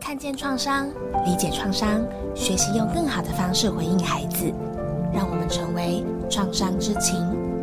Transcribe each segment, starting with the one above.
看见创伤，理解创伤，学习用更好的方式回应孩子，让我们成为创伤知情。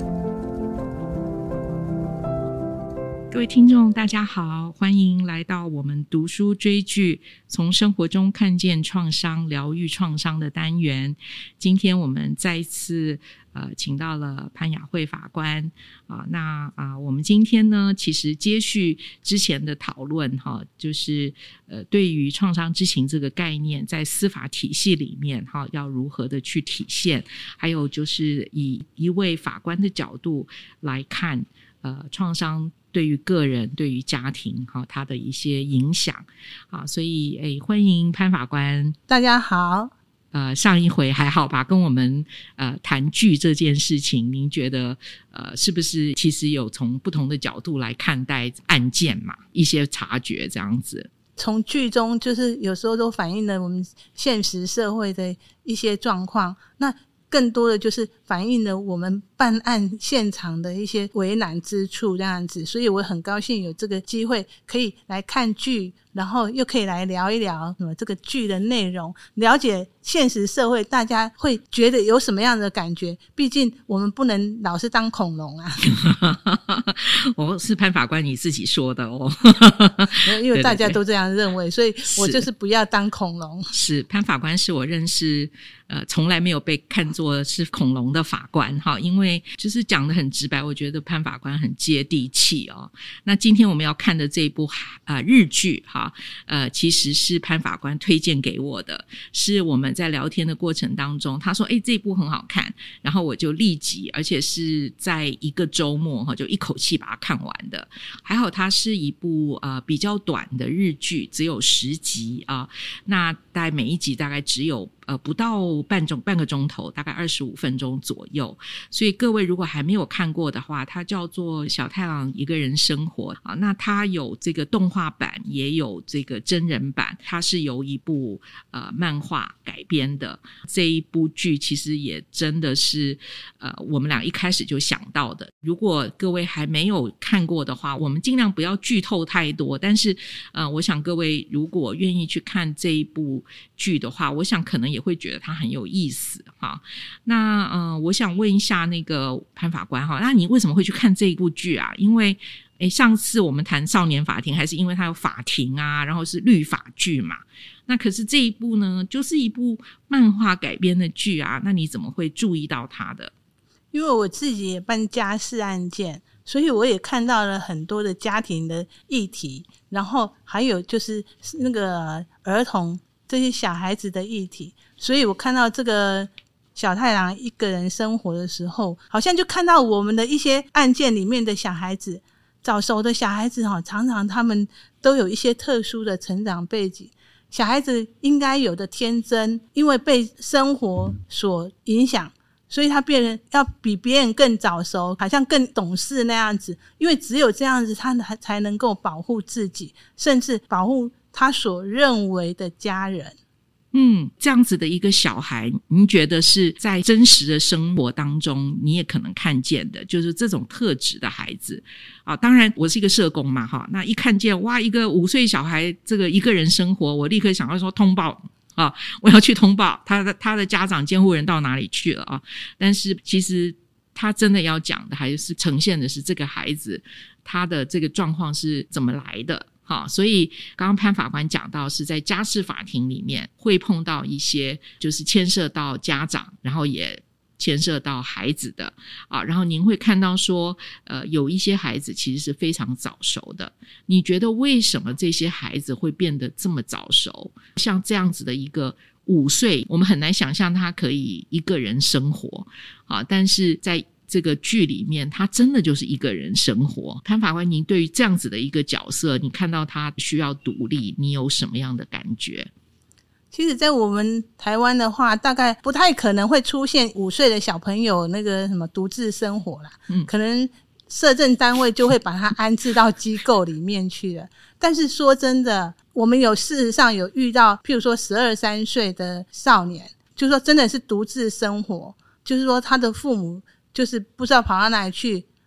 各位听众大家好，欢迎来到我们读书追剧，从生活中看见创伤，疗愈创伤的单元。今天我们再一次请到了潘雅慧法官我们今天呢其实接续之前的讨论就是对于创伤知情这个概念在司法体系里面要如何的去体现，还有就是以一位法官的角度来看创伤对于个人对于家庭它的一些影响所以欢迎潘法官。 大家好。 上一回还好吧，跟我们谈剧这件事情，您觉得是不是其实有从不同的角度来看待案件嘛，一些察觉这样子。 从剧中就是有时候都反映了我们现实社会的一些状况，那更多的就是反映了我们办案现场的一些为难之处这样子，所以我很高兴有这个机会可以来看剧，然后又可以来聊一聊这个剧的内容，了解现实社会大家会觉得有什么样的感觉，毕竟我们不能老是当恐龙啊。 是潘法官你自己说的哦。 因为大家都这样认为，所以我就是不要当恐龙。 是潘法官是我认识从来没有被看作是恐龙的法官因为就是讲得很直白，我觉得潘法官很接地气哦。那今天我们要看的这一部日剧其实是潘法官推荐给我的，是我们在聊天的过程当中他说这一部很好看，然后我就立即而且是在一个周末就一口气把它看完的。还好它是一部比较短的日剧，只有10集那大概每一集大概只有不到半个钟头，大概25分钟左右。所以各位如果还没有看过的话，它叫做小太郎一个人生活那它有这个动画版也有这个真人版，它是由一部漫画改编的。这一部剧其实也真的是我们俩一开始就想到的。如果各位还没有看过的话，我们尽量不要剧透太多，但是我想各位如果愿意去看这一部剧的话，我想可能也会觉得它很有意思那我想问一下那个潘法官那你为什么会去看这一部剧啊？因为上次我们谈少年法庭还是因为它有法庭然后是律法剧嘛，那可是这一部呢就是一部漫画改编的剧那你怎么会注意到它的？ 因为我自己也办家事案件，所以我也看到了很多的家庭的议题，然后还有就是那个儿童这些小孩子的议题，所以我看到这个小太郎一个人生活的时候，好像就看到我们的一些案件里面的小孩子，早熟的小孩子常常他们都有一些特殊的成长背景。小孩子应该有的天真，因为被生活所影响，所以他变得要比别人更早熟，好像更懂事那样子，因为只有这样子他才能够保护自己，甚至保护他所认为的家人。 这样子的一个小孩，您觉得是在真实的生活当中你也可能看见的，就是这种特质的孩子当然我是一个社工嘛那一看见一个5岁小孩这个一个人生活，我立刻想要说通报我要去通报他的家长监护人到哪里去了但是其实他真的要讲的还是呈现的是这个孩子他的这个状况是怎么来的所以刚刚潘法官讲到是在家事法庭里面会碰到一些就是牵涉到家长，然后也牵涉到孩子的然后您会看到说有一些孩子其实是非常早熟的。你觉得为什么这些孩子会变得这么早熟？像这样子的一个5岁，我们很难想象他可以一个人生活但是在这个剧里面他真的就是一个人生活。潘法官您对于这样子的一个角色，你看到他需要独立，你有什么样的感觉？ 其实在我们台湾的话，大概不太可能会出现5岁的小朋友那个什么独自生活啦可能社政单位就会把他安置到机构里面去了。但是说真的，我们事实上有遇到譬如说12、13岁的少年，就是说真的是独自生活，就是说他的父母就是不知道跑到哪里去，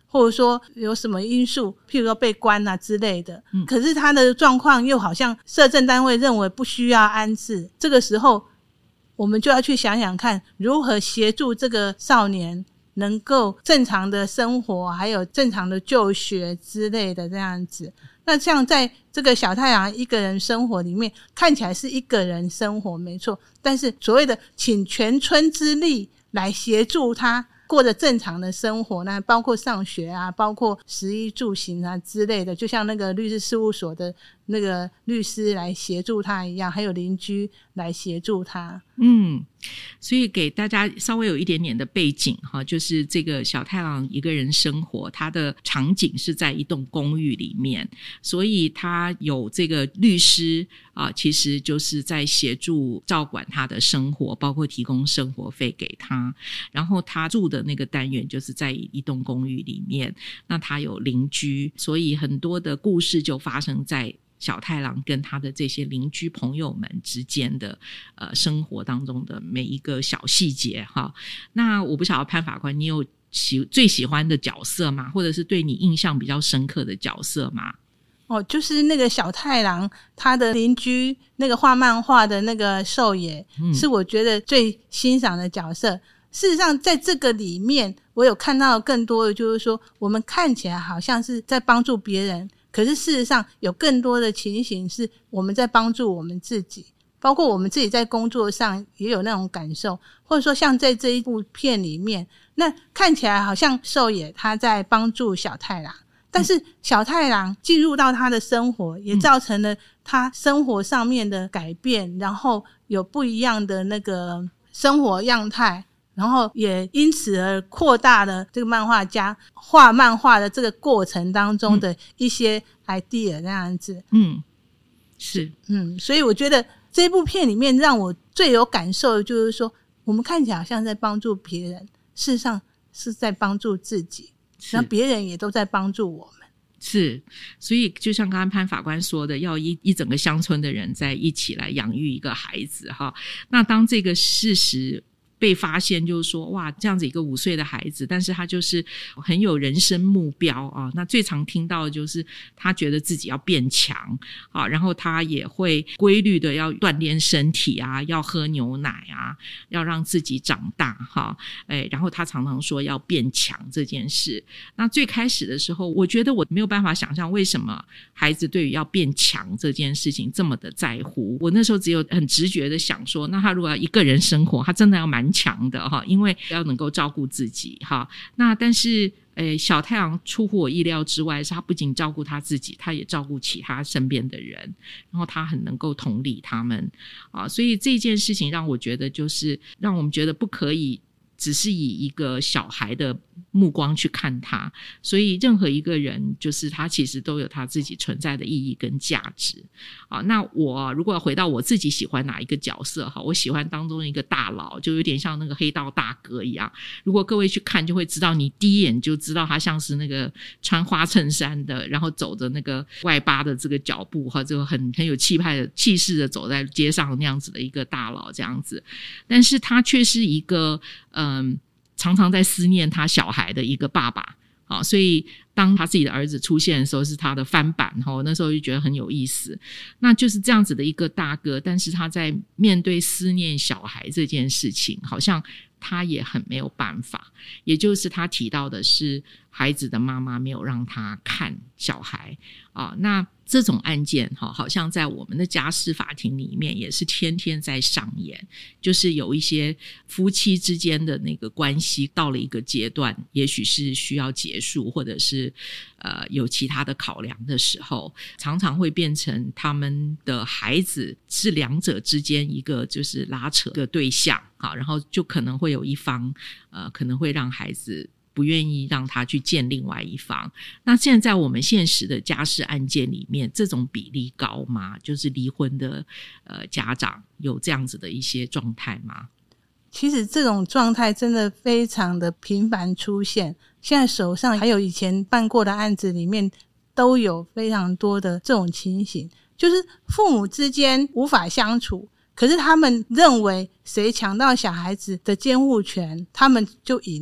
或者说有什么因素，譬如说被关啊之类的，可是他的状况又好像社政单位认为不需要安置，这个时候我们就要去想想看如何协助这个少年能够正常的生活，还有正常的就学之类的这样子。那像在这个小太阳一个人生活里面，看起来是一个人生活没错，但是所谓的请全村之力来协助他过着正常的生活，那包括上学啊，包括食衣住行啊之类的，就像那个律师事务所的那个律师来协助他一样，还有邻居来协助他。 所以给大家稍微有一点点的背景哈，就是这个小太郎一个人生活，他的场景是在一栋公寓里面，所以他有这个律师其实就是在协助照管他的生活，包括提供生活费给他。然后他住的那个单元就是在一栋公寓里面，那他有邻居，所以很多的故事就发生在小太郎跟他的这些邻居朋友们之间的生活当中的每一个小细节哈。那我不晓得潘法官你有最喜欢的角色吗？或者是对你印象比较深刻的角色吗？ 就是那个小太郎他的邻居那个画漫画的那个寿野，是我觉得最欣赏的角色。事实上在这个里面我有看到更多的，就是说我们看起来好像是在帮助别人，可是事实上有更多的情形是我们在帮助我们自己，包括我们自己在工作上也有那种感受，或者说像在这一部片里面，那看起来好像寿野他在帮助小太郎，但是小太郎进入到他的生活，也造成了他生活上面的改变，然后有不一样的那个生活样态，然后也因此而扩大了这个漫画家画漫画的这个过程当中的一些 idea 这样子。 是所以我觉得这部片里面让我最有感受的就是说，我们看起来好像在帮助别人，事实上是在帮助自己，然后别人也都在帮助我们。 是，所以就像刚刚潘法官说的，要一整个乡村的人在一起来养育一个孩子哈。那当这个事实被发现，就是说哇，这样子一个5岁的孩子，但是他就是很有人生目标啊。那最常听到的就是他觉得自己要变强啊，然后他也会规律的要锻炼身体啊，要喝牛奶啊，要让自己长大哈。然后他常常说要变强这件事。那最开始的时候，我觉得我没有办法想象为什么孩子对于要变强这件事情这么的在乎。我那时候只有很直觉的想说，那他如果要一个人生活，他真的要蛮强的哈，因为要能够照顾自己哈。那但是小太阳出乎我意料之外，是他不仅照顾他自己，他也照顾其他身边的人，然后他很能够同理他们所以这件事情让我觉得，就是让我们觉得不可以只是以一个小孩的目光去看他，所以任何一个人就是他其实都有他自己存在的意义跟价值那我如果回到我自己喜欢哪一个角色我喜欢当中一个大佬，就有点像那个黑道大哥一样。如果各位去看就会知道，你第一眼就知道他像是那个穿花衬衫的，然后走着那个外八的这个脚步就很有气派的气势的走在街上那样子的一个大佬这样子。但是他却是一个常常在思念他小孩的一个爸爸所以当他自己的儿子出现的时候是他的翻版那时候就觉得很有意思。那就是这样子的一个大哥，但是他在面对思念小孩这件事情，好像他也很没有办法。也就是他提到的是孩子的妈妈没有让他看小孩那这种案件好像在我们的家事法庭里面也是天天在上演，就是有一些夫妻之间的那个关系到了一个阶段，也许是需要结束，或者是有其他的考量的时候，常常会变成他们的孩子是两者之间一个就是拉扯的对象然后就可能会有一方可能会让孩子不愿意让他去见另外一方。那现在我们现实的家事案件里面，这种比例高吗？就是离婚的家长有这样子的一些状态吗？ 其实这种状态真的非常的频繁出现，现在手上还有以前办过的案子里面都有非常多的这种情形，就是父母之间无法相处，可是他们认为谁抢到小孩子的监护权他们就赢了，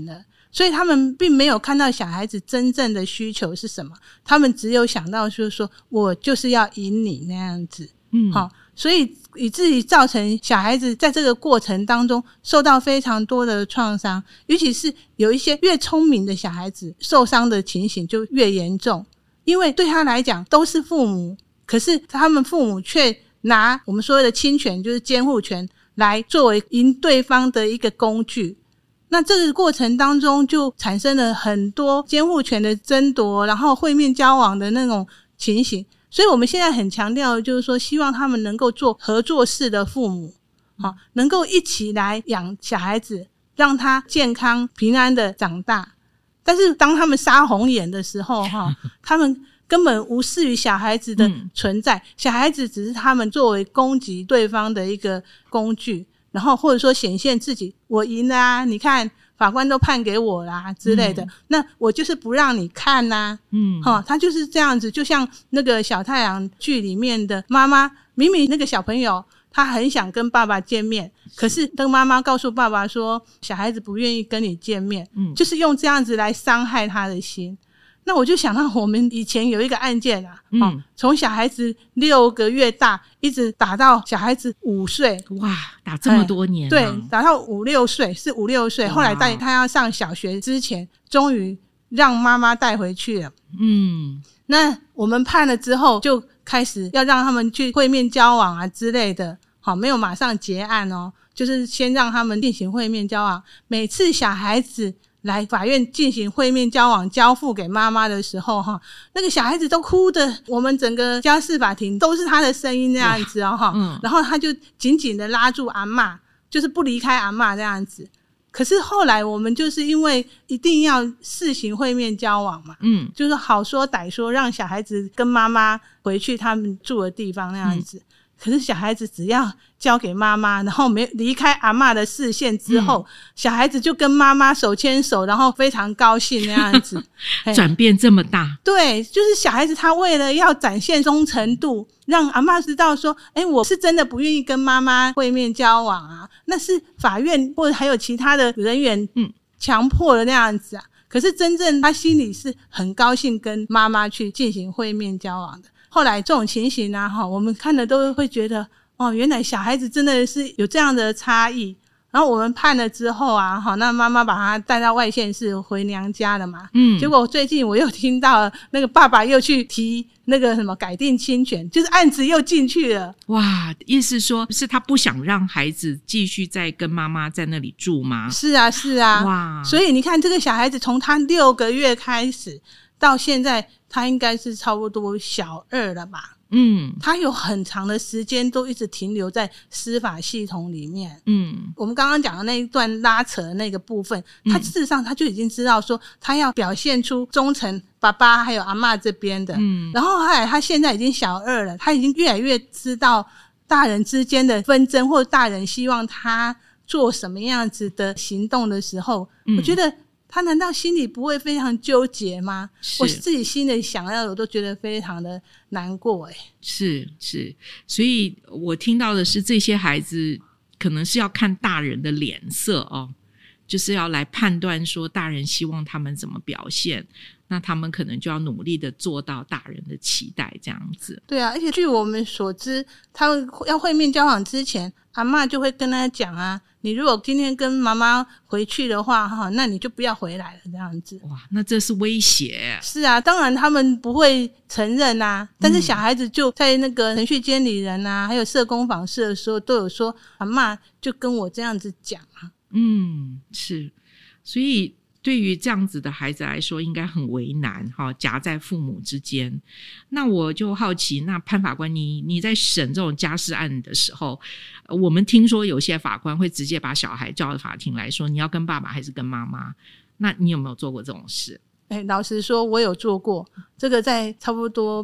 所以他们并没有看到小孩子真正的需求是什么，他们只有想到就是说我就是要赢你那样子。所以以至于造成小孩子在这个过程当中受到非常多的创伤，尤其是有一些越聪明的小孩子受伤的情形就越严重，因为对他来讲都是父母，可是他们父母却拿我们所谓的亲权，就是监护权来作为赢对方的一个工具。那这个过程当中就产生了很多监护权的争夺，然后会面交往的那种情形。所以我们现在很强调的就是说，希望他们能够做合作式的父母，能够一起来养小孩子，让他健康平安的长大。但是当他们杀红眼的时候，他们根本无视于小孩子的存在，小孩子只是他们作为攻击对方的一个工具，然后或者说显现自己我赢了啊，你看法官都判给我啦之类的，那我就是不让你看啊。他就是这样子，就像那个小太阳剧里面的妈妈，明明那个小朋友他很想跟爸爸见面，可是当妈妈告诉爸爸说小孩子不愿意跟你见面，就是用这样子来伤害他的心。那我就想到我们以前有一个案件啊，从小孩子6个月大一直打到小孩子5岁， 哇，打这么多年， 对，打到5、6岁，是5、6岁，后来带他要上小学之前，终于让妈妈带回去了。那我们判了之后，就开始要让他们去会面交往啊之类的，没有马上结案哦，就是先让他们进行会面交往。每次小孩子来法院进行会面交往交付给妈妈的时候，那个小孩子都哭的，我们整个家事法庭都是他的声音那样子哦，然后他就紧紧的拉住阿嬷，就是不离开阿嬷这样子。可是后来我们就是因为一定要试行会面交往嘛，就是好说歹说让小孩子跟妈妈回去他们住的地方那样子，可是小孩子只要交给妈妈，然后没离开阿嬷的视线之后，小孩子就跟妈妈手牵手，然后非常高兴那样子。 转变这么大。 对，就是小孩子他为了要展现忠诚度，让阿嬷知道说我是真的不愿意跟妈妈会面交往啊，那是法院或者还有其他的人员强迫的那样子啊。可是真正他心里是很高兴跟妈妈去进行会面交往的。后来这种情形啊，我们看了都会觉得原来小孩子真的是有这样的差异。然后我们判了之后啊，那妈妈把他带到外县市回娘家了嘛。结果最近我又听到那个爸爸又去提那个什么改定亲权，就是案子又进去了。 哇，意思说是他不想让孩子继续再跟妈妈在那里住吗？ 是啊是啊。哇，所以你看这个小孩子从他6个月开始到现在，他应该是差不多小2了吧。他有很长的时间都一直停留在司法系统里面。我们刚刚讲的那一段拉扯的那个部分，他事实上他就已经知道说他要表现出忠诚爸爸还有阿嬷这边的。然后后来他现在已经小2了，他已经越来越知道大人之间的纷争，或者大人希望他做什么样子的行动的时候，我觉得他难道心里不会非常纠结吗？我自己心里想要我都觉得非常的难过。 是，所以我听到的是这些孩子可能是要看大人的脸色哦，就是要来判断说大人希望他们怎么表现，那他们可能就要努力的做到大人的期待这样子。 对啊，而且据我们所知，他们要会面交往之前，阿嬷就会跟他讲啊，你如果今天跟妈妈回去的话，那你就不要回来了这样子。 哇，那这是威胁。 是啊，当然他们不会承认啊，但是小孩子就在那个程序监理人啊还有社工访视的时候都有说，阿嬷就跟我这样子讲啊。 是，所以对于这样子的孩子来说应该很为难，夹在父母之间。那我就好奇，那潘法官你在审这种家事案的时候，我们听说有些法官会直接把小孩叫到法庭来说，你要跟爸爸还是跟妈妈？那你有没有做过这种事？ 老实说我有做过，这个在差不多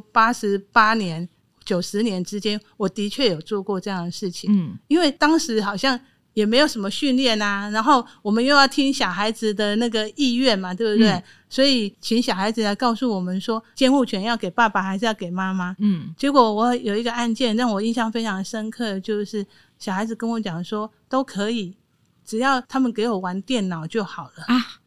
88年90年之间，我的确有做过这样的事情。因为当时好像也没有什么训练啊，然后我们又要听小孩子的那个意愿嘛，对不对？所以请小孩子来告诉我们说监护权要给爸爸还是要给妈妈。结果我有一个案件让我印象非常深刻，就是小孩子跟我讲说都可以，只要他们给我玩电脑就好了啊。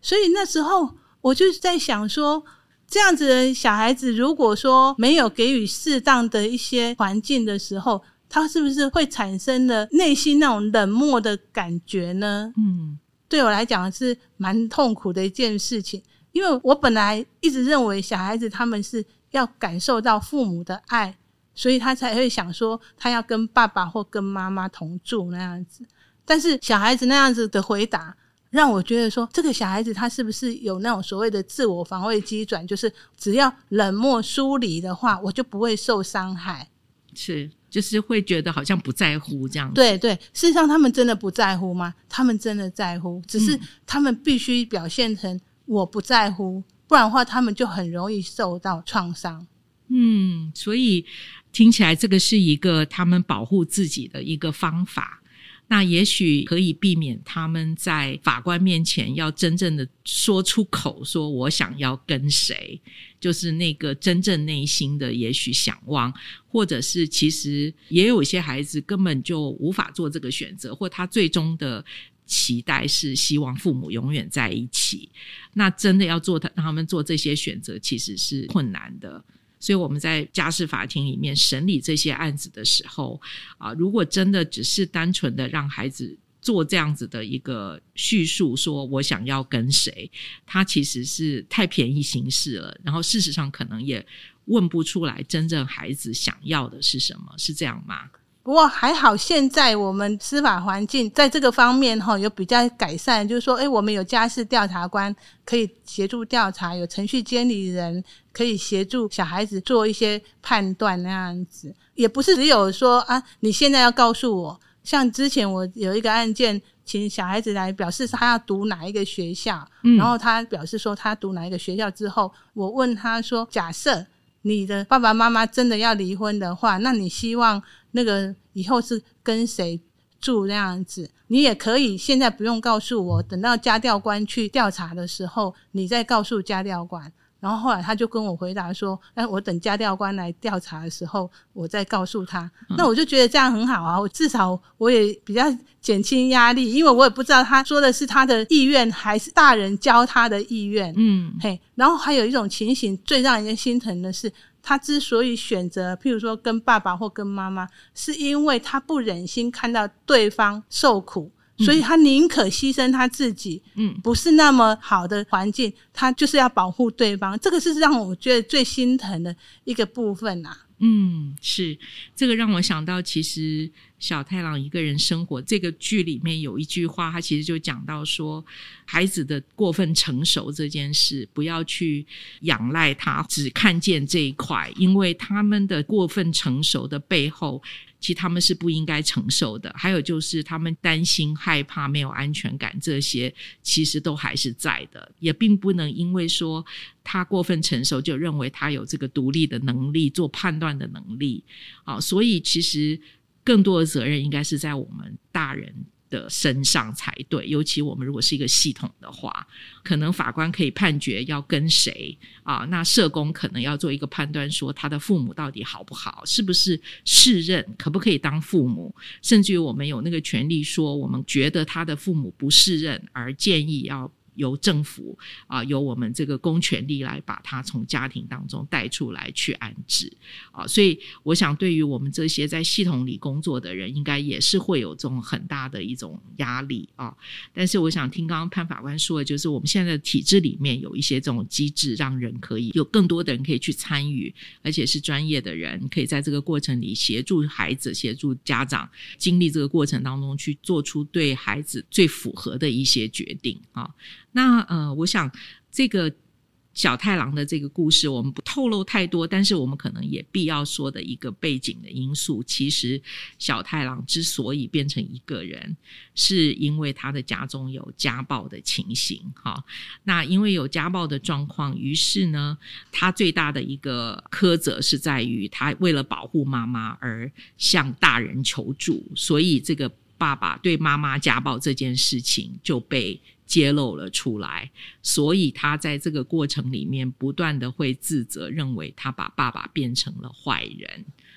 所以那时候我就在想说，这样子的小孩子如果说没有给予适当的一些环境的时候，他是不是会产生了内心那种冷漠的感觉呢？对我来讲是蛮痛苦的一件事情，因为我本来一直认为小孩子他们是要感受到父母的爱，所以他才会想说他要跟爸爸或跟妈妈同住那样子。但是小孩子那样子的回答让我觉得说，这个小孩子他是不是有那种所谓的自我防卫机转，就是只要冷漠疏离的话我就不会受伤害， 是就是会觉得好像不在乎这样子。 对对，事实上他们真的不在乎吗？他们真的在乎，只是他们必须表现成我不在乎，不然的话他们就很容易受到创伤。 所以听起来这个是一个他们保护自己的一个方法，那也许可以避免他们在法官面前要真正的说出口说我想要跟谁，就是那个真正内心的也许想望，或者是其实也有一些孩子根本就无法做这个选择，或他最终的期待是希望父母永远在一起，那真的要让他们做这些选择其实是困难的。所以我们在家事法庭里面审理这些案子的时候如果真的只是单纯的让孩子做这样子的一个叙述说我想要跟谁，他其实是太便宜行事了，然后事实上可能也问不出来真正孩子想要的是什么，是这样吗？ 不过还好现在我们司法环境在这个方面有比较改善，就是说我们有家事调查官可以协助调查，有程序监理人可以协助小孩子做一些判断那样子，也不是只有说你现在要告诉我，像之前我有一个案件请小孩子来表示他要读哪一个学校，然后他表示说他读哪一个学校之后，我问他说假设你的爸爸妈妈真的要离婚的话，那你希望那个以后是跟谁住那样子，你也可以现在不用告诉我，等到家调官去调查的时候你再告诉家调官。然后后来他就跟我回答说我等家调官来调查的时候我再告诉他。那我就觉得这样很好啊，我至少我也比较减轻压力，因为我也不知道他说的是他的意愿还是大人教他的意愿。然后还有一种情形最让人心疼的是，他之所以选择譬如说跟爸爸或跟妈妈，是因为他不忍心看到对方受苦，所以他宁可牺牲他自己不是那么好的环境，他就是要保护对方，这个是让我觉得最心疼的一个部分啊。 是，这个让我想到其实小太郎一个人生活这个剧里面有一句话，他其实就讲到说孩子的过分成熟这件事不要去仰赖他只看见这一块，因为他们的过分成熟的背后其实他们是不应该承受的，还有就是他们担心害怕没有安全感，这些其实都还是在的，也并不能因为说他过分成熟就认为他有这个独立的能力做判断的能力所以其实更多的责任应该是在我们大人的身上才对，尤其我们如果是一个系统的话，可能法官可以判决要跟谁那社工可能要做一个判断说他的父母到底好不好，是不是适任，可不可以当父母，甚至于我们有那个权利说我们觉得他的父母不适任而建议要由政府由我们这个公权力来把他从家庭当中带出来去安置所以我想对于我们这些在系统里工作的人应该也是会有这种很大的一种压力但是我想听刚刚潘法官说的，就是我们现在的体制里面有一些这种机制，让人可以有更多的人可以去参与，而且是专业的人可以在这个过程里协助孩子协助家长经历这个过程当中去做出对孩子最符合的一些决定那我想这个小太郎的这个故事我们不透露太多，但是我们可能也必要说的一个背景的因素，其实小太郎之所以变成一个人是因为他的家中有家暴的情形那因为有家暴的状况，于是呢他最大的一个苛责是在于他为了保护妈妈而向大人求助，所以这个爸爸对妈妈家暴这件事情就被揭露了出来，所以他在这个过程里面不断的会自责，认为他把爸爸变成了坏人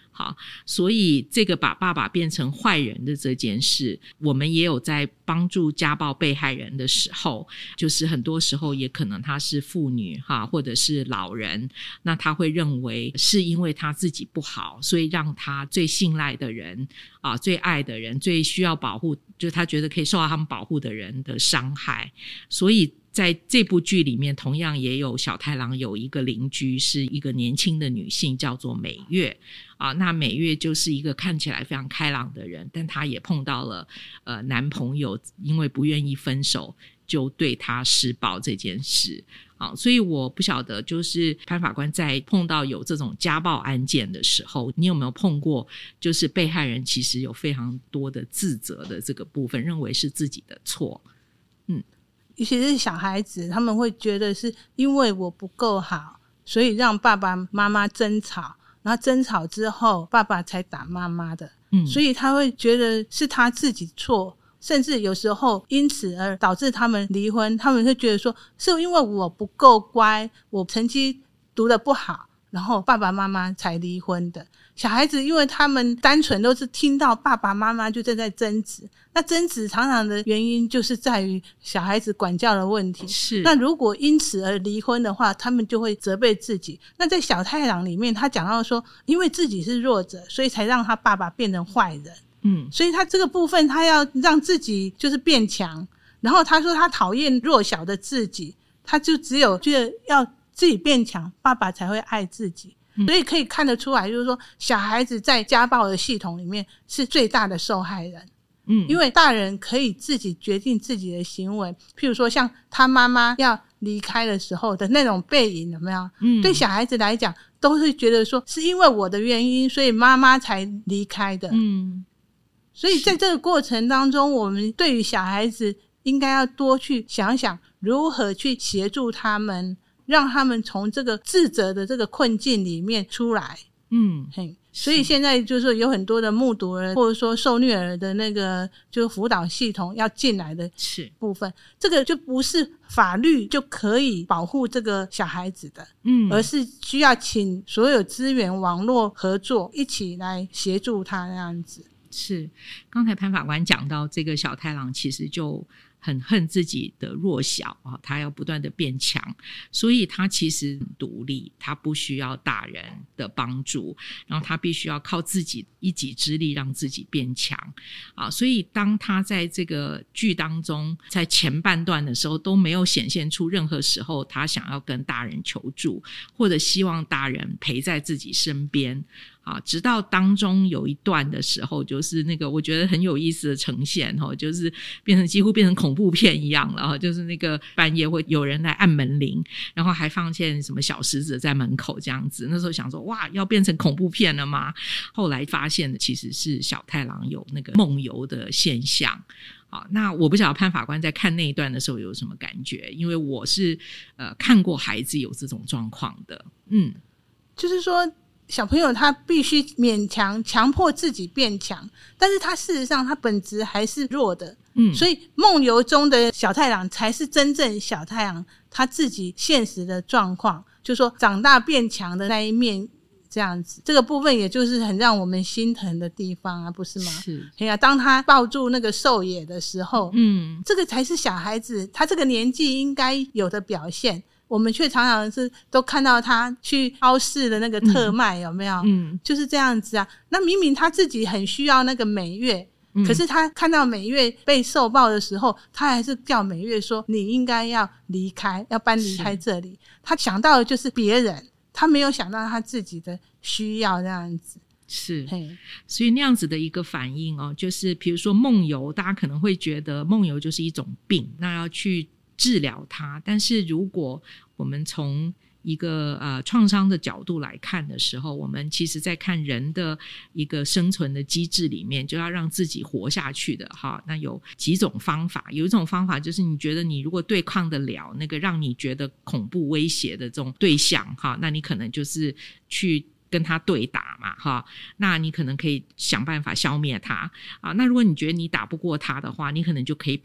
好，所以这个把爸爸变成坏人的这件事，我们也有在帮助家暴被害人的时候，就是很多时候也可能他是妇女或者是老人，那他会认为是因为他自己不好，所以让他最信赖的人最爱的人，最需要保护，就是他觉得可以受到他们保护的人的伤害。所以在这部剧里面同样也有小太郎有一个邻居是一个年轻的女性叫做美月那美月就是一个看起来非常开朗的人，但她也碰到了男朋友因为不愿意分手就对她施暴这件事所以我不晓得就是潘法官在碰到有这种家暴案件的时候，你有没有碰过就是被害人其实有非常多的自责的这个部分，认为是自己的错尤其是小孩子，他们会觉得是因为我不够好，所以让爸爸妈妈争吵，然后争吵之后爸爸才打妈妈的所以他会觉得是他自己错，甚至有时候因此而导致他们离婚。他们会觉得说是因为我不够乖，我成绩读得不好，然后爸爸妈妈才离婚的。小孩子因为他们单纯都是听到爸爸妈妈就在争执，那争执常常的原因就是在于小孩子管教的问题， 是那如果因此而离婚的话，他们就会责备自己。那在小太郎里面他讲到说因为自己是弱者，所以才让他爸爸变成坏人所以他这个部分他要让自己就是变强，然后他说他讨厌弱小的自己，他就只有觉得要自己变强，爸爸才会爱自己所以可以看得出来，就是说小孩子在家暴的系统里面是最大的受害人因为大人可以自己决定自己的行为，譬如说像他妈妈要离开的时候的那种背影，有没有对小孩子来讲都是觉得说是因为我的原因所以妈妈才离开的所以在这个过程当中，我们对于小孩子应该要多去想想如何去协助他们，让他们从这个自责的这个困境里面出来所以现在就是有很多的目睹儿或者说受虐儿的那个就是辅导系统要进来的部分，这个就不是法律就可以保护这个小孩子的而是需要请所有资源网络合作一起来协助他那样子。 是刚才潘法官讲到这个小太郎其实就很恨自己的弱小他要不断的变强，所以他其实独立，他不需要大人的帮助，然后他必须要靠自己一己之力让自己变强所以当他在这个剧当中在前半段的时候都没有显现出任何时候他想要跟大人求助或者希望大人陪在自己身边直到当中有一段的时候，就是那个我觉得很有意思的呈现就是几乎变成恐怖片一样了就是那个半夜会有人来按门铃，然后还放现什么小石子在门口这样子。那时候想说哇，要变成恐怖片了吗？后来发现的其实是小太郎有那个梦游的现象那我不晓得潘法官在看那一段的时候有什么感觉，因为我是看过孩子有这种状况的就是说小朋友他必须勉强强迫自己变强，但是他事实上他本质还是弱的所以梦游中的小太郎才是真正小太郎他自己现实的状况，就是说长大变强的那一面这样子。这个部分也就是很让我们心疼的地方不是吗？ 是当他抱住那个兽野的时候这个才是小孩子他这个年纪应该有的表现，我们却常常是都看到他去超市的那个特卖有没有就是这样子那明明他自己很需要那个美月可是他看到美月被受暴的时候，他还是叫美月说你应该要离开，要搬离开这里。他想到的就是别人，他没有想到他自己的需要这样子。 是，所以那样子的一个反应就是比如说梦游，大家可能会觉得梦游就是一种病，那要去治疗它。但是如果我们从一个创伤的角度来看的时候，我们其实在看人的一个生存的机制里面，就要让自己活下去的那有几种方法。有一种方法就是你觉得你如果对抗得了那个让你觉得恐怖威胁的这种对象那你可能就是去跟他对打嘛那你可能可以想办法消灭他那如果你觉得你打不过他的话，你可能就可以跑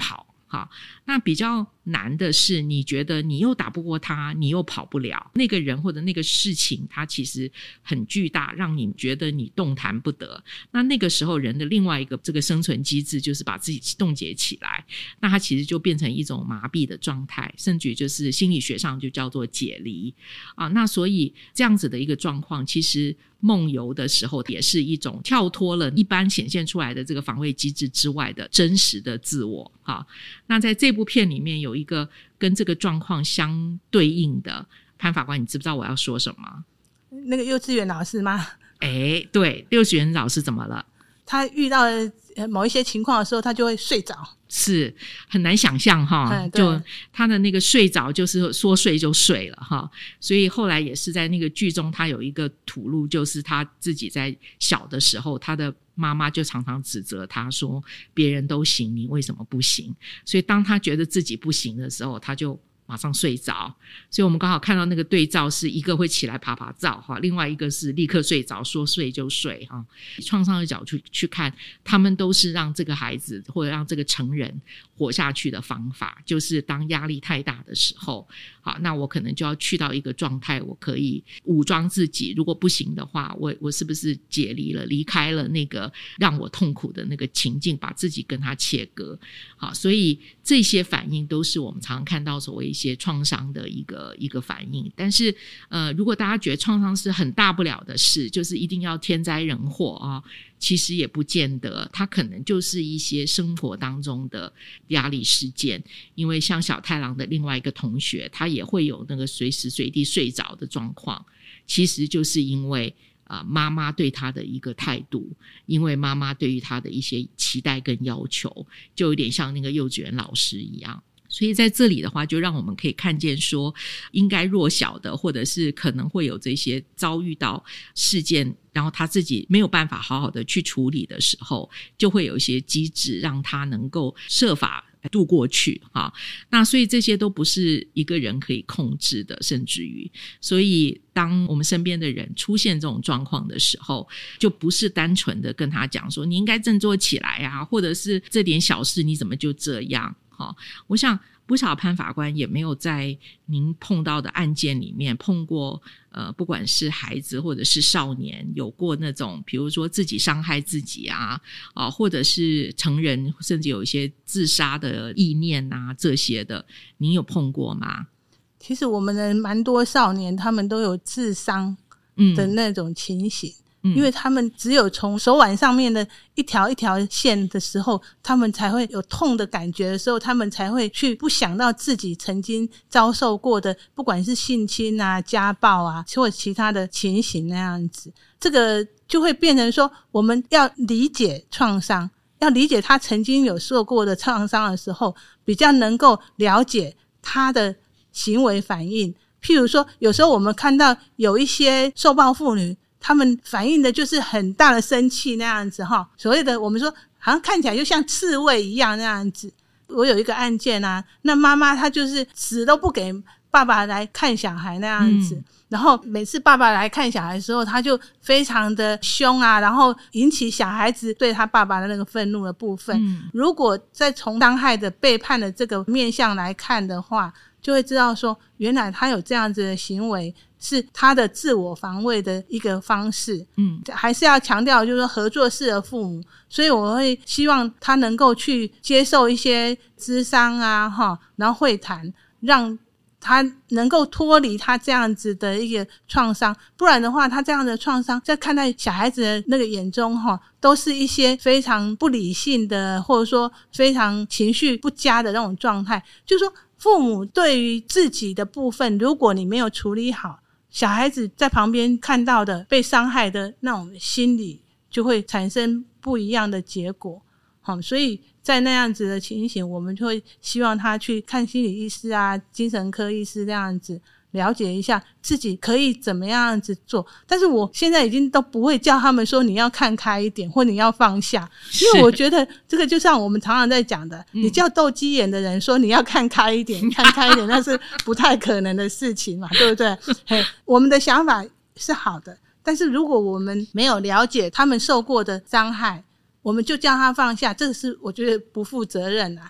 好，那比较难的是你觉得你又打不过他，你又跑不了，那个人或者那个事情它其实很巨大，让你觉得你动弹不得。那个时候人的另外一个这个生存机制就是把自己冻结起来，那它其实就变成一种麻痹的状态，甚至就是心理学上就叫做解离啊。那所以这样子的一个状况，其实梦游的时候也是一种跳脱了一般显现出来的这个防卫机制之外的真实的自我。好，那在这部片里面有一个跟这个状况相对应的，潘法官你知不知道我要说什么？ 那个幼稚园老师吗？ 对，幼稚园老师怎么了？ 他遇到某一些情况的时候他就会睡着， 是很难想象哈，就他的那个睡着就是说睡就睡了哈，所以后来也是在那个剧中他有一个吐露，就是他自己在小的时候他的妈妈就常常指责他说别人都行你为什么不行，所以当他觉得自己不行的时候他就马上睡着，所以我们刚好看到那个对照是一个会起来爬爬照，另外一个是立刻睡着，说睡就睡。创伤的角度去看，他们都是让这个孩子或者让这个成人活下去的方法，就是当压力太大的时候，好，那我可能就要去到一个状态，我可以武装自己，如果不行的话，我是不是解离了，离开了那个让我痛苦的那个情境，把自己跟他切割。好，所以这些反应都是我们常常看到所谓一些创伤的一个反应。但是如果大家觉得创伤是很大不了的事，就是一定要天灾人祸啊，其实也不见得，它可能就是一些生活当中的压力事件。因为像小太郎的另外一个同学，他也会有那个随时随地睡着的状况，其实就是因为妈妈对他的一个态度，因为妈妈对于他的一些期待跟要求，就有点像那个幼稚园老师一样。所以在这里的话，就让我们可以看见说，应该弱小的或者是可能会有这些遭遇到事件，然后他自己没有办法好好的去处理的时候，就会有一些机制让他能够设法度过去。那所以这些都不是一个人可以控制的，甚至于所以当我们身边的人出现这种状况的时候，就不是单纯的跟他讲说你应该振作起来啊，或者是这点小事你怎么就这样。我想不少潘法官也没有在您碰到的案件里面碰过不管是孩子或者是少年有过那种比如说自己伤害自己啊，或者是成人甚至有一些自杀的意念啊，这些的您有碰过吗？ 其实我们的蛮多少年他们都有自伤的那种情形，因为他们只有从手腕上面的一条一条线的时候，他们才会有痛的感觉的时候，他们才会去不想到自己曾经遭受过的不管是性侵啊、家暴啊或者其他的情形那样子。这个就会变成说我们要理解创伤，要理解他曾经有受过的创伤的时候，比较能够了解他的行为反应。譬如说有时候我们看到有一些受暴妇女，他们反映的就是很大的生气那样子所谓的我们说好像看起来就像刺猬一样那样子。我有一个案件啊，那妈妈她就是死都不给爸爸来看小孩那样子，然后每次爸爸来看小孩的时候，他就非常的凶啊，然后引起小孩子对他爸爸的那个愤怒的部分。如果再从伤害的背叛的这个面向来看的话，就会知道说原来他有这样子的行为是他的自我防卫的一个方式。还是要强调就是说合作式的父母，所以我会希望他能够去接受一些咨商啊，然后会谈，让他能够脱离他这样子的一个创伤。不然的话他这样的创伤在看待小孩子的那个眼中都是一些非常不理性的，或者说非常情绪不佳的那种状态。就是说父母对于自己的部分，如果你没有处理好，小孩子在旁边看到的被伤害的那种心理就会产生不一样的结果。所以在那样子的情形，我们就会希望他去看心理医师啊、精神科医师这样子，了解一下自己可以怎么样子做。但是我现在已经都不会叫他们说你要看开一点或你要放下，因为我觉得这个就像我们常常在讲的，你叫斗鸡眼的人说你要看开一点看开一点，那是不太可能的事情嘛，对不对？我们的想法是好的，但是如果我们没有了解他们受过的伤害，我们就叫他放下，这个是我觉得不负责任啊。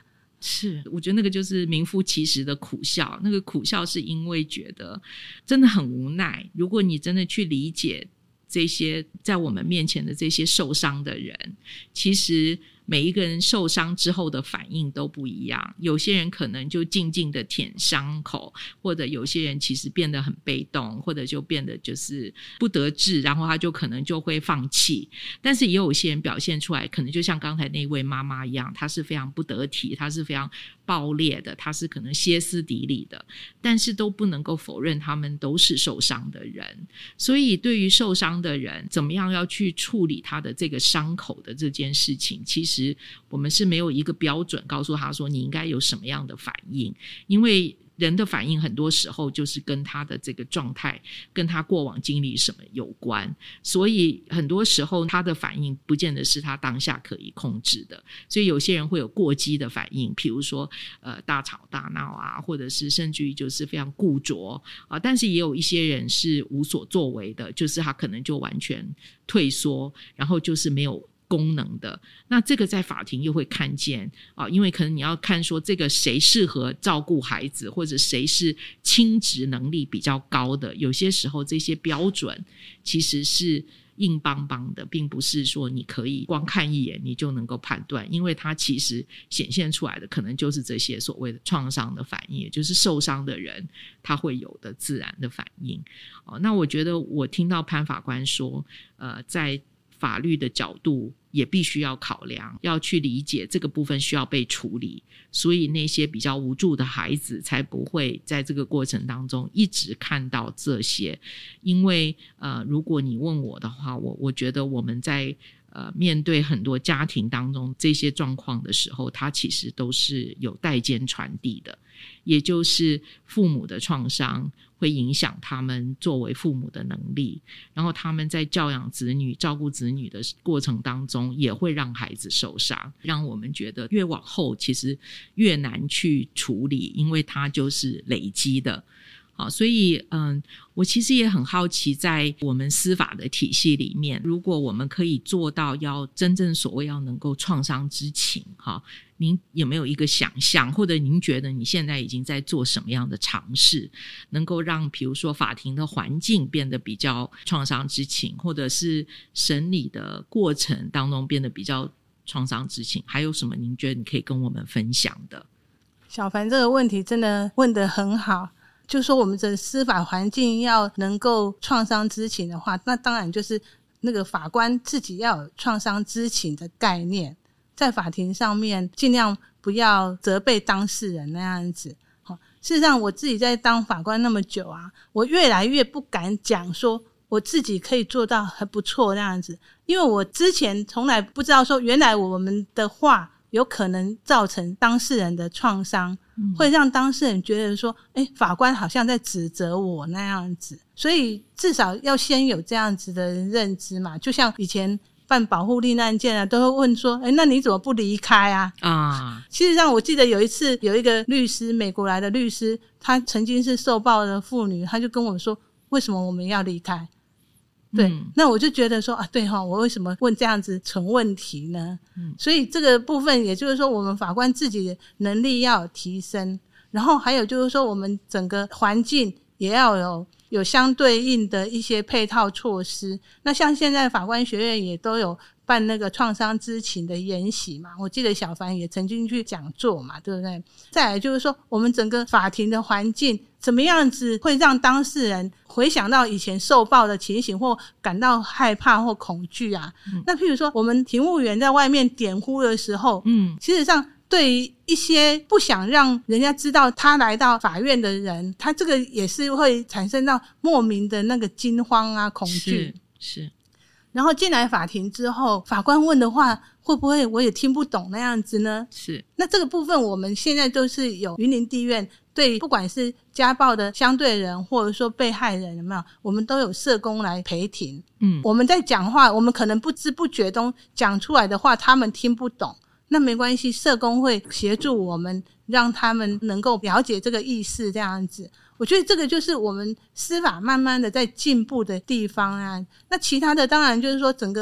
是，我觉得那个就是名副其实的苦笑。那个苦笑是因为觉得真的很无奈。如果你真的去理解这些在我们面前的这些受伤的人，其实每一个人受伤之后的反应都不一样，有些人可能就静静的舔伤口，或者有些人其实变得很被动，或者就变得就是不得志，然后他就可能就会放弃。但是也有些人表现出来可能就像刚才那位妈妈一样，她是非常不得体，她是非常暴烈的，她是可能歇斯底里的，但是都不能够否认他们都是受伤的人。所以对于受伤的人怎么样要去处理他的这个伤口的这件事情，其实我们是没有一个标准告诉他说你应该有什么样的反应，因为人的反应很多时候就是跟他的这个状态跟他过往经历什么有关，所以很多时候他的反应不见得是他当下可以控制的。所以有些人会有过激的反应，比如说大吵大闹啊，或者是甚至于就是非常固着啊，但是也有一些人是无所作为的，就是他可能就完全退缩，然后就是没有功能的。那这个在法庭又会看见啊，因为可能你要看说这个谁适合照顾孩子，或者谁是亲职能力比较高的，有些时候这些标准其实是硬邦邦的，并不是说你可以光看一眼你就能够判断，因为它其实显现出来的可能就是这些所谓的创伤的反应，也就是受伤的人他会有的自然的反应。那我觉得我听到潘法官说在法律的角度也必须要考量，要去理解这个部分需要被处理，所以那些比较无助的孩子才不会在这个过程当中一直看到这些。因为如果你问我的话，我觉得我们在面对很多家庭当中这些状况的时候，它其实都是有代间传递的，也就是父母的创伤会影响他们作为父母的能力，然后他们在教养子女照顾子女的过程当中也会让孩子受伤，让我们觉得越往后其实越难去处理，因为它就是累积的。好，所以我其实也很好奇，在我们司法的体系里面，如果我们可以做到要真正所谓要能够创伤知情，您有没有一个想象，或者您觉得你现在已经在做什么样的尝试，能够让比如说法庭的环境变得比较创伤知情，或者是审理的过程当中变得比较创伤知情？还有什么您觉得你可以跟我们分享的？ 小凡这个问题真的问得很好，就说我们的司法环境要能够创伤知情的话，那当然就是那个法官自己要有创伤知情的概念，在法庭上面尽量不要责备当事人那样子。事实上我自己在当法官那么久啊，我越来越不敢讲说我自己可以做到很不错那样子，因为我之前从来不知道说原来我们的话有可能造成当事人的创伤，会让当事人觉得说法官好像在指责我那样子，所以至少要先有这样子的认知嘛。就像以前办保护令案件啊，都会问说那你怎么不离开啊？其实上我记得有一次有一个律师，美国来的律师，他曾经是受暴的妇女，他就跟我说为什么我们要离开。对，那我就觉得说对我为什么问这样子蠢问题呢？所以这个部分也就是说我们法官自己的能力要有提升，然后还有就是说我们整个环境也要有相对应的一些配套措施。那像现在法官学院也都有办那个创伤知情的研习嘛，我记得小凡也曾经去讲座嘛，对不对？再来就是说我们整个法庭的环境怎么样子会让当事人回想到以前受暴的情形或感到害怕或恐惧啊。那譬如说我们庭务员在外面点呼的时候，其实上对于一些不想让人家知道他来到法院的人，他这个也是会产生到莫名的那个惊慌啊恐惧。 是然后进来法庭之后，法官问的话会不会我也听不懂那样子呢？是。那这个部分我们现在都是有云林地院对不管是家暴的相对人或者说被害人有没有，我们都有社工来陪庭。我们在讲话，我们可能不知不觉中讲出来的话他们听不懂，那没关系，社工会协助我们让他们能够了解这个意思这样子。我觉得这个就是我们司法慢慢的在进步的地方啊。那其他的当然就是说整个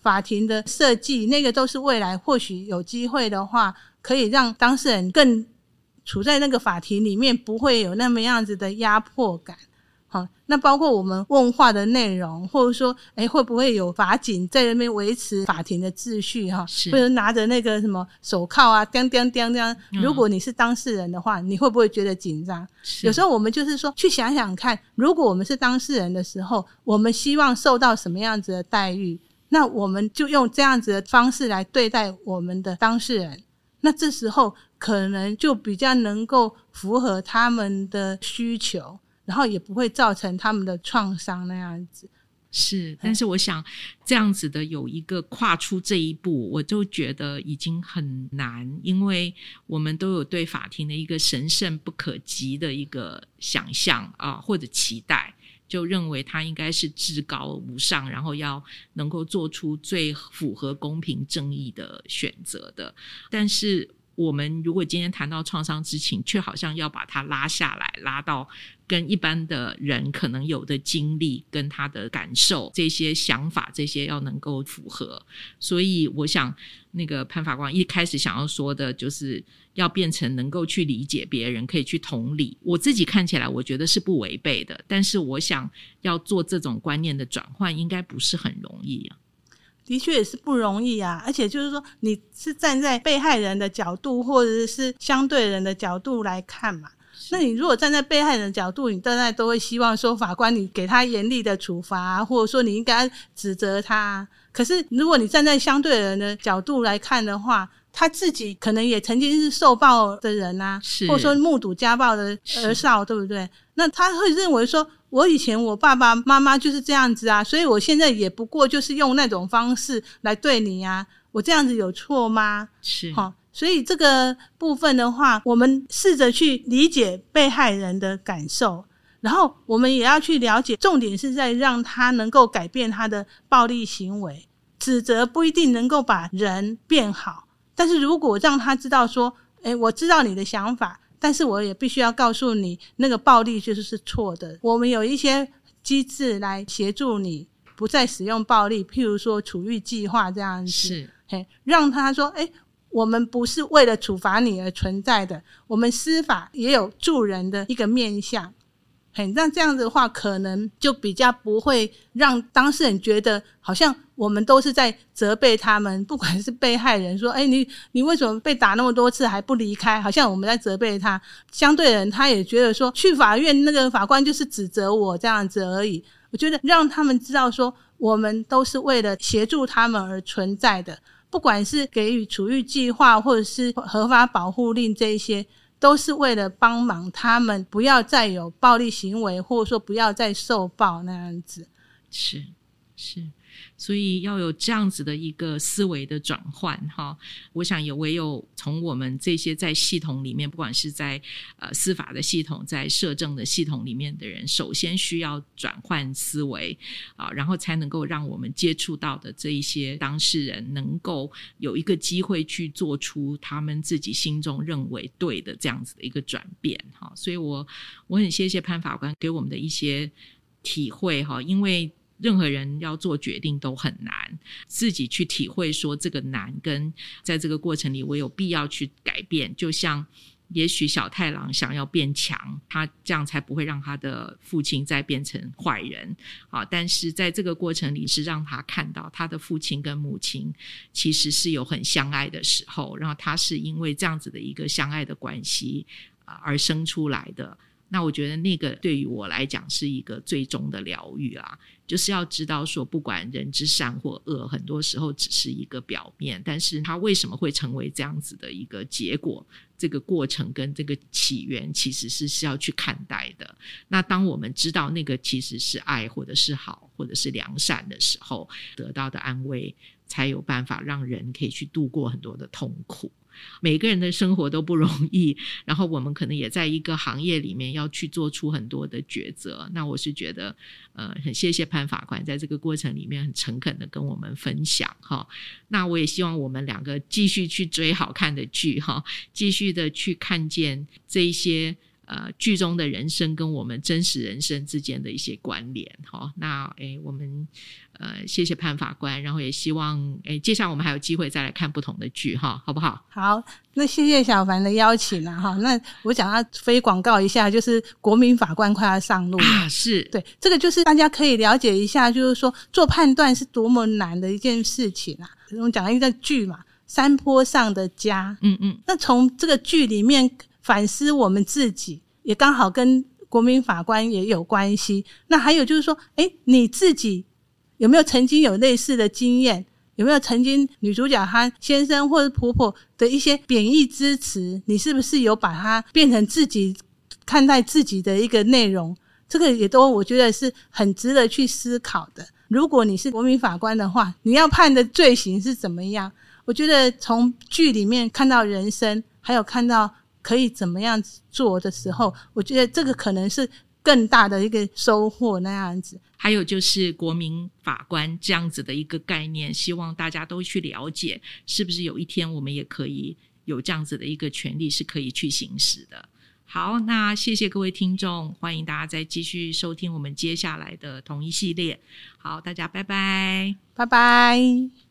法庭的设计，那个都是未来或许有机会的话，可以让当事人更处在那个法庭里面，不会有那么样子的压迫感。好，那包括我们问话的内容，或者说会不会有法警在那边维持法庭的秩序哈，或者拿着那个什么手铐啊，叮叮叮叮，如果你是当事人的话，你会不会觉得紧张？有时候我们就是说去想想看，如果我们是当事人的时候，我们希望受到什么样子的待遇，那我们就用这样子的方式来对待我们的当事人，那这时候可能就比较能够符合他们的需求，然后也不会造成他们的创伤那样子。 是，但是我想这样子的有一个跨出这一步，我就觉得已经很难，因为我们都有对法庭的一个神圣不可及的一个想象或者期待，就认为它应该是至高无上，然后要能够做出最符合公平正义的选择的。但是我们如果今天谈到创伤知情，却好像要把它拉下来，拉到跟一般的人可能有的经历跟他的感受，这些想法，这些要能够符合。所以我想那个潘法官一开始想要说的就是要变成能够去理解别人，可以去同理。我自己看起来我觉得是不违背的，但是我想要做这种观念的转换应该不是很容易啊。 的确也是不容易啊，而且就是说你是站在被害人的角度或者是相对人的角度来看嘛，那你如果站在被害人的角度，你大概都会希望说法官你给他严厉的处罚，或者说你应该指责他。可是如果你站在相对人的角度来看的话，他自己可能也曾经是受暴的人啊，或者说目睹家暴的儿少，对不对？那他会认为说我以前我爸爸妈妈就是这样子啊，所以我现在也不过就是用那种方式来对你啊，我这样子有错吗？ 是， 所以这个部分的话，我们试着去理解被害人的感受，然后我们也要去了解，重点是在让他能够改变他的暴力行为。指责不一定能够把人变好，但是如果让他知道说我知道你的想法，但是我也必须要告诉你那个暴力就是错的，我们有一些机制来协助你不再使用暴力，譬如说处遇计划这样子， 是让他说我们不是为了处罚你而存在的，我们司法也有助人的一个面向。那这样子的话可能就比较不会让当事人觉得好像我们都是在责备他们，不管是被害人说你为什么被打那么多次还不离开，好像我们在责备他，相对人他也觉得说去法院那个法官就是指责我这样子而已。我觉得让他们知道说我们都是为了协助他们而存在的，不管是给予处遇计划或者是合法保护令，这一些都是为了帮忙他们不要再有暴力行为，或者说不要再受暴那样子。 是，所以要有这样子的一个思维的转换我想也唯有从我们这些在系统里面，不管是在司法的系统，在社政的系统里面的人，首先需要转换思维然后才能够让我们接触到的这一些当事人能够有一个机会去做出他们自己心中认为对的这样子的一个转变所以我很谢谢潘法官给我们的一些体会因为任何人要做决定都很难，自己去体会说这个难跟在这个过程里我有必要去改变，就像也许小太郎想要变强，他这样才不会让他的父亲再变成坏人但是在这个过程里是让他看到他的父亲跟母亲其实是有很相爱的时候，然后他是因为这样子的一个相爱的关系而生出来的。那我觉得那个对于我来讲是一个最终的疗愈就是要知道说不管人之善或恶，很多时候只是一个表面，但是它为什么会成为这样子的一个结果，这个过程跟这个起源其实是要去看待的。那当我们知道那个其实是爱或者是好或者是良善的时候，得到的安慰才有办法让人可以去度过很多的痛苦。每个人的生活都不容易，然后我们可能也在一个行业里面要去做出很多的抉择。那我是觉得很谢谢潘法官在这个过程里面很诚恳的跟我们分享那我也希望我们两个继续去追好看的剧继续的去看见这一些剧中的人生跟我们真实人生之间的一些关联。那我们谢谢潘法官，然后也希望接下来我们还有机会再来看不同的剧好不好？ 好，那谢谢小凡的邀请那我想要非广告一下，就是国民法官快要上路了是对，这个就是大家可以了解一下，就是说做判断是多么难的一件事情我们讲一个剧嘛，山坡上的家那从这个剧里面反思我们自己，也刚好跟国民法官也有关系。那还有就是说你自己有没有曾经有类似的经验，有没有曾经女主角她先生或者婆婆的一些贬义之词，你是不是有把它变成自己看待自己的一个内容，这个也都我觉得是很值得去思考的。如果你是国民法官的话，你要判的罪行是怎么样，我觉得从剧里面看到人生，还有看到可以怎么样做的时候，我觉得这个可能是更大的一个收获那样子。 还有就是国民法官这样子的一个概念，希望大家都去了解，是不是有一天我们也可以有这样子的一个权利是可以去行使的。好，那谢谢各位听众，欢迎大家再继续收听我们接下来的同一系列。好，大家拜拜。 拜拜。